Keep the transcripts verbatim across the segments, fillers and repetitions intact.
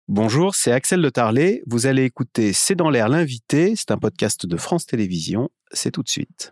Bonjour, c'est Axel de Tarlet. Vous allez écouter C'est dans l'air l'invité. C'est un podcast de France Télévisions. C'est tout de suite.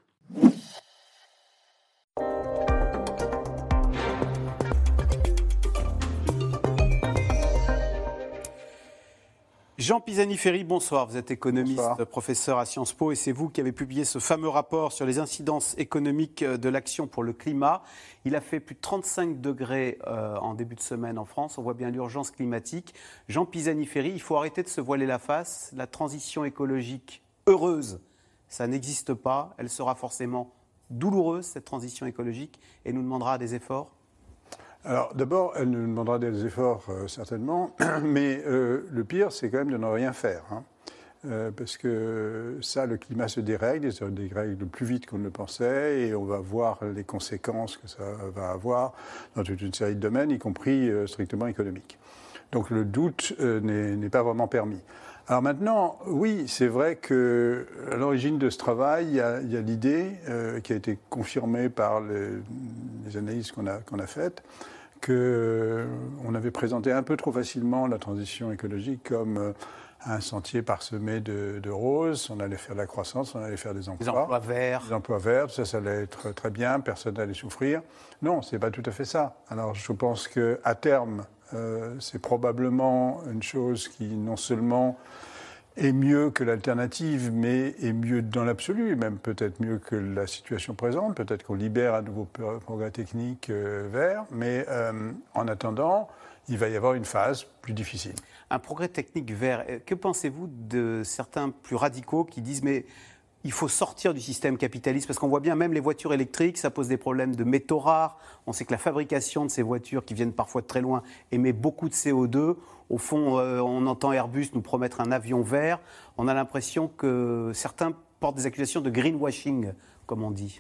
Jean Pisani-Ferry, bonsoir. Vous êtes économiste, bonsoir. Professeur à Sciences Po, et c'est vous qui avez publié ce fameux rapport sur les incidences économiques de l'action pour le climat. Il a fait plus de trente-cinq degrés euh, en début de semaine en France. On voit bien l'urgence climatique. Jean Pisani-Ferry, il faut arrêter de se voiler la face. La transition écologique heureuse, ça n'existe pas. Elle sera forcément douloureuse, cette transition écologique, et nous demandera des efforts. Alors d'abord, elle nous demandera des efforts euh, certainement, mais euh, le pire, c'est quand même de ne rien faire. Hein. Euh, parce que ça, le climat se dérègle, il se dérègle plus vite qu'on ne le pensait, et on va voir les conséquences que ça va avoir dans toute une série de domaines, y compris euh, strictement économiques. Donc le doute euh, n'est, n'est pas vraiment permis. Alors maintenant, oui, c'est vrai qu'à l'origine de ce travail, il y a, il y a l'idée euh, qui a été confirmée par les, les analyses qu'on a, qu'on a faites, qu'on euh, avait présenté un peu trop facilement la transition écologique comme euh, un sentier parsemé de, de roses. On allait faire de la croissance, on allait faire des emplois. Des emplois verts. Des emplois verts, ça, ça allait être très bien, personne n'allait souffrir. Non, ce n'est pas tout à fait ça. Alors je pense qu'à terme, Euh, c'est probablement une chose qui non seulement est mieux que l'alternative, mais est mieux dans l'absolu, même peut-être mieux que la situation présente. Peut-être qu'on libère un nouveau progrès technique euh, vert, mais euh, en attendant, il va y avoir une phase plus difficile. Un progrès technique vert, que pensez-vous de certains plus radicaux qui disent mais il faut sortir du système capitaliste, parce qu'on voit bien, même les voitures électriques, ça pose des problèmes de métaux rares. On sait que la fabrication de ces voitures, qui viennent parfois de très loin, émet beaucoup de C O deux. Au fond, euh, on entend Airbus nous promettre un avion vert. On a l'impression que certains portent des accusations de greenwashing, comme on dit.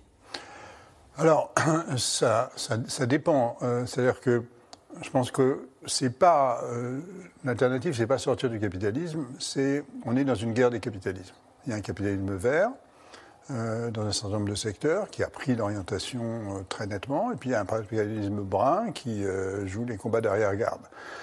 Alors, ça, ça, ça dépend. Euh, c'est-à-dire que je pense que c'est pas euh, l'alternative, c'est pas sortir du capitalisme. C'est on est dans une guerre des capitalismes. Il y a un capitalisme vert euh, dans un certain nombre de secteurs qui a pris l'orientation euh, très nettement, et puis il y a un capitalisme brun qui euh, joue les combats d'arrière-garde.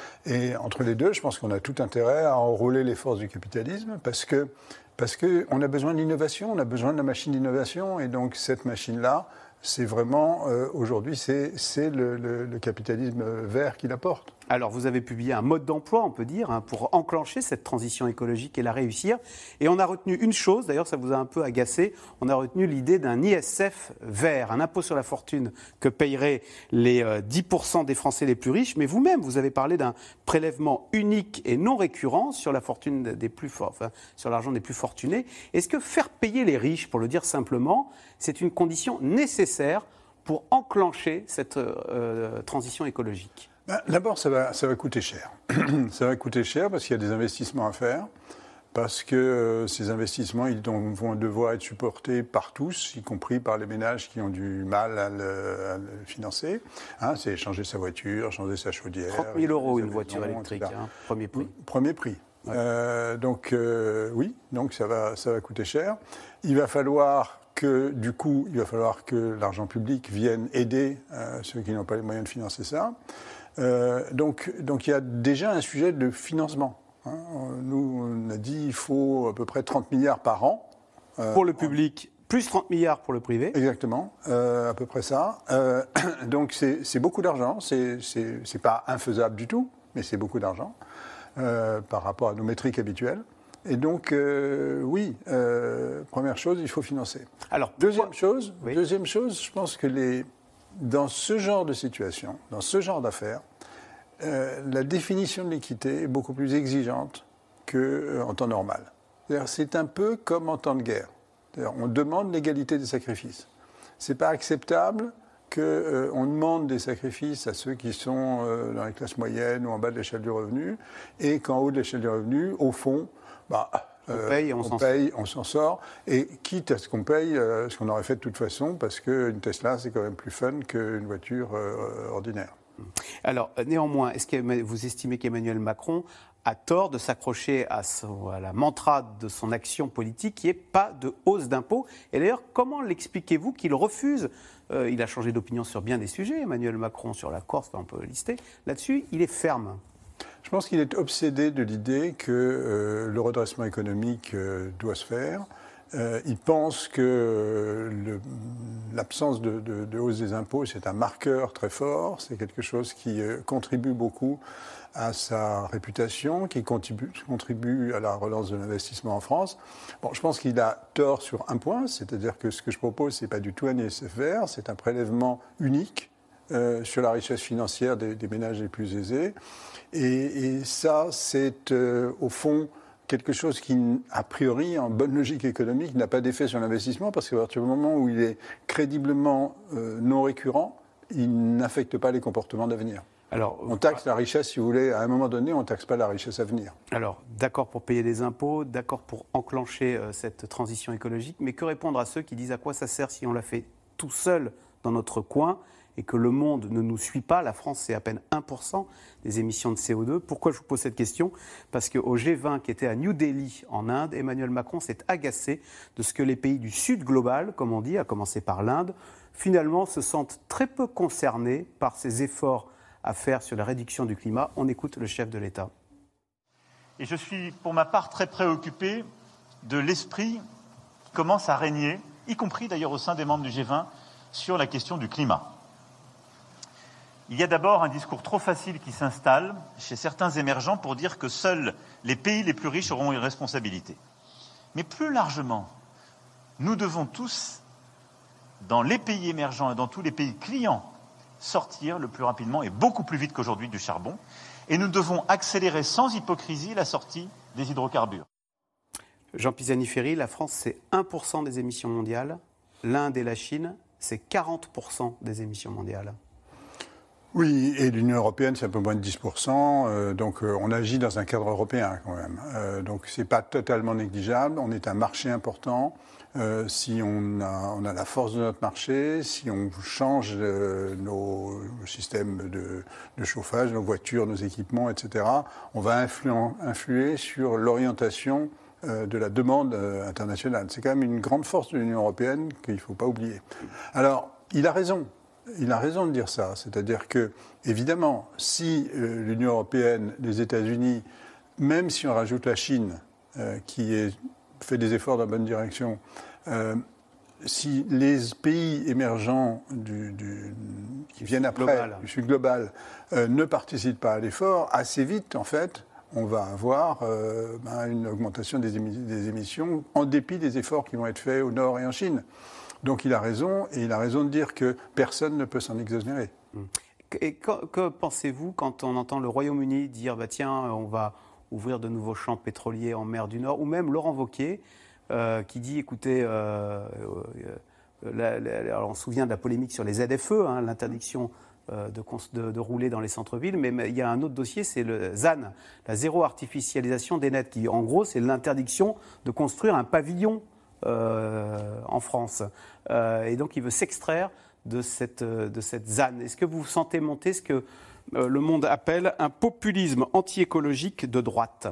Et entre les deux, je pense qu'on a tout intérêt à enrôler les forces du capitalisme parce que parce qu'on a besoin d'innovation, on a besoin de la machine d'innovation, et donc cette machine-là, c'est vraiment, euh, aujourd'hui, c'est, c'est le, le, le capitalisme vert qui l'apporte. Alors, vous avez publié un mode d'emploi, on peut dire, hein, pour enclencher cette transition écologique et la réussir. Et on a retenu une chose, d'ailleurs, ça vous a un peu agacé, on a retenu l'idée d'un I S F vert, un impôt sur la fortune que paieraient les euh, dix pour cent des Français les plus riches. Mais vous-même, vous avez parlé d'un prélèvement unique et non récurrent sur la fortune des plus forts, enfin, sur l'argent des plus fortunés. Est-ce que faire payer les riches, pour le dire simplement, c'est une condition nécessaire pour enclencher cette euh, transition écologique ? Ben, d'abord, ça va, ça va coûter cher. Ça va coûter cher parce qu'il y a des investissements à faire, parce que euh, ces investissements ils donc, vont devoir être supportés par tous, y compris par les ménages qui ont du mal à le, à le financer. Hein, c'est changer sa voiture, changer sa chaudière. trente mille euros une voiture électrique, hein, premier prix. Premier prix. Ouais. Euh, donc euh, oui, donc ça va, ça va coûter cher. Il va falloir que du coup, il va falloir que l'argent public vienne aider euh, ceux qui n'ont pas les moyens de financer ça. Euh, donc, donc il y a déjà un sujet de financement. Hein. Nous, on a dit qu'il faut à peu près trente milliards par an. Euh, pour le public, en... plus trente milliards pour le privé. Exactement, euh, à peu près ça. Euh, donc c'est, c'est beaucoup d'argent, c'est, c'est, c'est pas infaisable du tout, mais c'est beaucoup d'argent euh, par rapport à nos métriques habituelles. Et donc, euh, oui, euh, première chose, il faut financer. Alors, deuxième chose, oui. deuxième chose, je pense que les, dans ce genre de situation, dans ce genre d'affaires, euh, la définition de l'équité est beaucoup plus exigeante qu'en euh, temps normal. C'est-à-dire, c'est un peu comme en temps de guerre. C'est-à-dire, on demande l'égalité des sacrifices. Ce n'est pas acceptable qu'on euh, demande des sacrifices à ceux qui sont euh, dans les classes moyennes ou en bas de l'échelle du revenu, et qu'en haut de l'échelle du revenu, au fond, bah, on paye, on, on, s'en paye on s'en sort, et quitte à ce qu'on paye euh, ce qu'on aurait fait de toute façon, parce qu'une Tesla, c'est quand même plus fun qu'une voiture euh, ordinaire. Alors, néanmoins, est-ce que vous estimez qu'Emmanuel Macron a tort de s'accrocher à, son, à la mantra de son action politique qui n'est pas de hausse d'impôts? Et d'ailleurs, comment l'expliquez-vous qu'il refuse euh, Il a changé d'opinion sur bien des sujets, Emmanuel Macron, sur la Corse, on peut lister. Là-dessus, il est ferme. Je pense qu'il est obsédé de l'idée que euh, le redressement économique euh, doit se faire. Euh, il pense que euh, l'absence de, de, de hausse des impôts, c'est un marqueur très fort, c'est quelque chose qui euh, contribue beaucoup à sa réputation, qui contribue, contribue à la relance de l'investissement en France. Bon, je pense qu'il a tort sur un point, c'est-à-dire que ce que je propose, ce n'est pas du tout un I S F vert, c'est un prélèvement unique euh, sur la richesse financière des, des ménages les plus aisés. Et, et ça, c'est euh, au fond quelque chose qui, a priori, en bonne logique économique, n'a pas d'effet sur l'investissement, parce qu'à partir du moment où il est crédiblement euh, non récurrent, il n'affecte pas les comportements d'avenir. Alors, on taxe la richesse, si vous voulez, à un moment donné, on ne taxe pas la richesse à venir. Alors, d'accord pour payer des impôts, d'accord pour enclencher euh, cette transition écologique, mais que répondre à ceux qui disent à quoi ça sert si on la fait tout seul dans notre coin et que le monde ne nous suit pas? La France, c'est à peine un pour cent des émissions de C O deux. Pourquoi je vous pose cette question? Parce qu'au G vingt qui était à New Delhi, en Inde, Emmanuel Macron s'est agacé de ce que les pays du Sud global, comme on dit, à commencer par l'Inde, finalement se sentent très peu concernés par ces efforts à faire sur la réduction du climat. On écoute le chef de l'État. Et je suis, pour ma part, très préoccupé de l'esprit qui commence à régner, y compris d'ailleurs au sein des membres du G vingt, sur la question du climat. Il y a d'abord un discours trop facile qui s'installe chez certains émergents pour dire que seuls les pays les plus riches auront une responsabilité. Mais plus largement, nous devons tous, dans les pays émergents et dans tous les pays clients, sortir le plus rapidement et beaucoup plus vite qu'aujourd'hui du charbon. Et nous devons accélérer sans hypocrisie la sortie des hydrocarbures. Jean Pisani-Ferry, la France, c'est un pour cent des émissions mondiales. L'Inde et la Chine, c'est quarante pour cent des émissions mondiales. Oui, et l'Union européenne, c'est un peu moins de dix pour cent. Euh, donc, euh, on agit dans un cadre européen quand même. Euh, donc, ce n'est pas totalement négligeable. On est un marché important. Euh, si on a, on a la force de notre marché, si on change euh, nos systèmes de, de chauffage, nos voitures, nos équipements, et cetera, on va influer, influer sur l'orientation euh, de la demande euh, internationale. C'est quand même une grande force de l'Union européenne qu'il ne faut pas oublier. Alors, il a raison. Il a raison de dire ça. C'est-à-dire que, évidemment, si euh, l'Union européenne, les États-Unis, même si on rajoute la Chine, euh, qui est, fait des efforts dans la bonne direction, euh, si les pays émergents du, du, qui viennent après, global. du Sud global, euh, ne participent pas à l'effort, assez vite, en fait, on va avoir euh, ben, une augmentation des, émi- des émissions en dépit des efforts qui vont être faits au Nord et en Chine. Donc il a raison, et il a raison de dire que personne ne peut s'en exonérer. Et que, que pensez-vous quand on entend le Royaume-Uni dire bah, « tiens, on va ouvrir de nouveaux champs pétroliers en mer du Nord » ou même Laurent Wauquiez euh, qui dit « écoutez, euh, euh, la, la, alors on se souvient de la polémique sur les Z F E, hein, l'interdiction euh, de, de, de rouler dans les centres-villes, mais, mais il y a un autre dossier, c'est le Z A N, la zéro artificialisation des nets, qui en gros c'est l'interdiction de construire un pavillon Euh, en France. Euh, et donc, il veut s'extraire de cette, de cette Z A N. Est-ce que vous sentez monter ce que euh, le monde appelle un populisme anti-écologique de droite?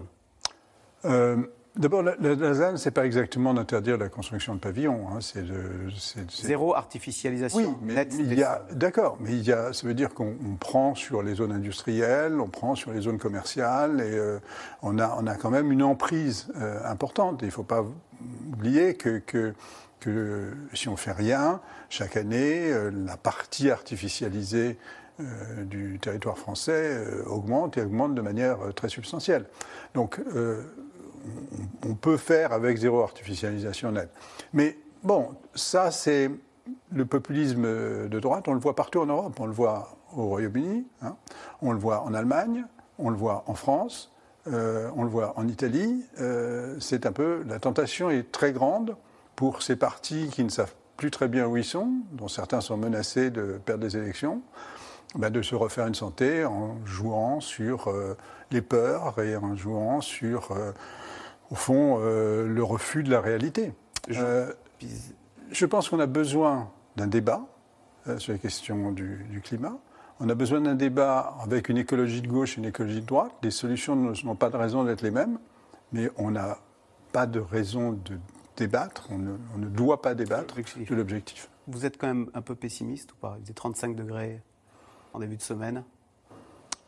euh, D'abord, la, la, la Z A N, ce n'est pas exactement d'interdire la construction de pavillons. Hein, c'est de, c'est, c'est... Zéro artificialisation. Oui, mais nette, il y a, d'accord, mais il y a, ça veut dire qu'on on prend sur les zones industrielles, on prend sur les zones commerciales, et euh, on, a, on a quand même une emprise euh, importante. Il ne faut pas oublier que, que, que si on ne fait rien, chaque année, euh, la partie artificialisée euh, du territoire français euh, augmente et augmente de manière euh, très substantielle. Donc, euh, on, on peut faire avec zéro artificialisation nette. Mais bon, ça, c'est le populisme de droite. On le voit partout en Europe. On le voit au Royaume-Uni, hein, on le voit en Allemagne, on le voit en France. Euh, on le voit en Italie, euh, c'est un peu, la tentation est très grande pour ces partis qui ne savent plus très bien où ils sont, dont certains sont menacés de perdre des élections, ben de se refaire une santé en jouant sur euh, les peurs et en jouant sur, euh, au fond, euh, le refus de la réalité. Euh, je pense qu'on a besoin d'un débat euh, sur la question du, du climat. On a besoin d'un débat avec une écologie de gauche et une écologie de droite. Les solutions n'ont pas de raison d'être les mêmes, mais on n'a pas de raison de débattre. On ne, on ne doit pas débattre de l'objectif. Vous êtes quand même un peu pessimiste ou pas? Il faisait trente-cinq degrés en début de semaine.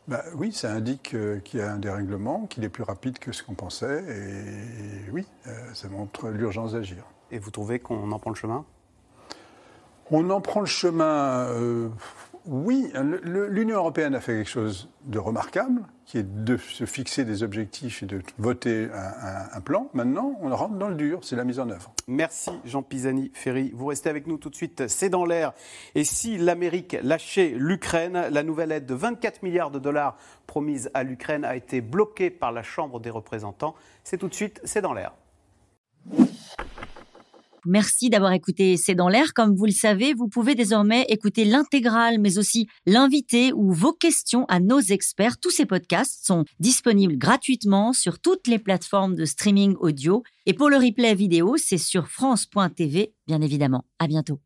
Bah, oui, ça indique euh, qu'il y a un dérèglement, qu'il est plus rapide que ce qu'on pensait, et, et oui, euh, ça montre l'urgence d'agir. Et vous trouvez qu'on en prend le chemin ? On en prend le chemin, euh, oui. Le, le, L'Union européenne a fait quelque chose de remarquable, qui est de se fixer des objectifs et de voter un, un, un plan. Maintenant, on rentre dans le dur, c'est la mise en œuvre. Merci Jean Pisani-Ferry. Vous restez avec nous tout de suite, c'est dans l'air. Et si l'Amérique lâchait l'Ukraine, la nouvelle aide de vingt-quatre milliards de dollars promise à l'Ukraine a été bloquée par la Chambre des représentants. C'est tout de suite, c'est dans l'air. Merci d'avoir écouté C'est dans l'air. Comme vous le savez, vous pouvez désormais écouter l'intégrale, mais aussi l'invité ou vos questions à nos experts. Tous ces podcasts sont disponibles gratuitement sur toutes les plateformes de streaming audio. Et pour le replay vidéo, c'est sur France point T V, bien évidemment. À bientôt.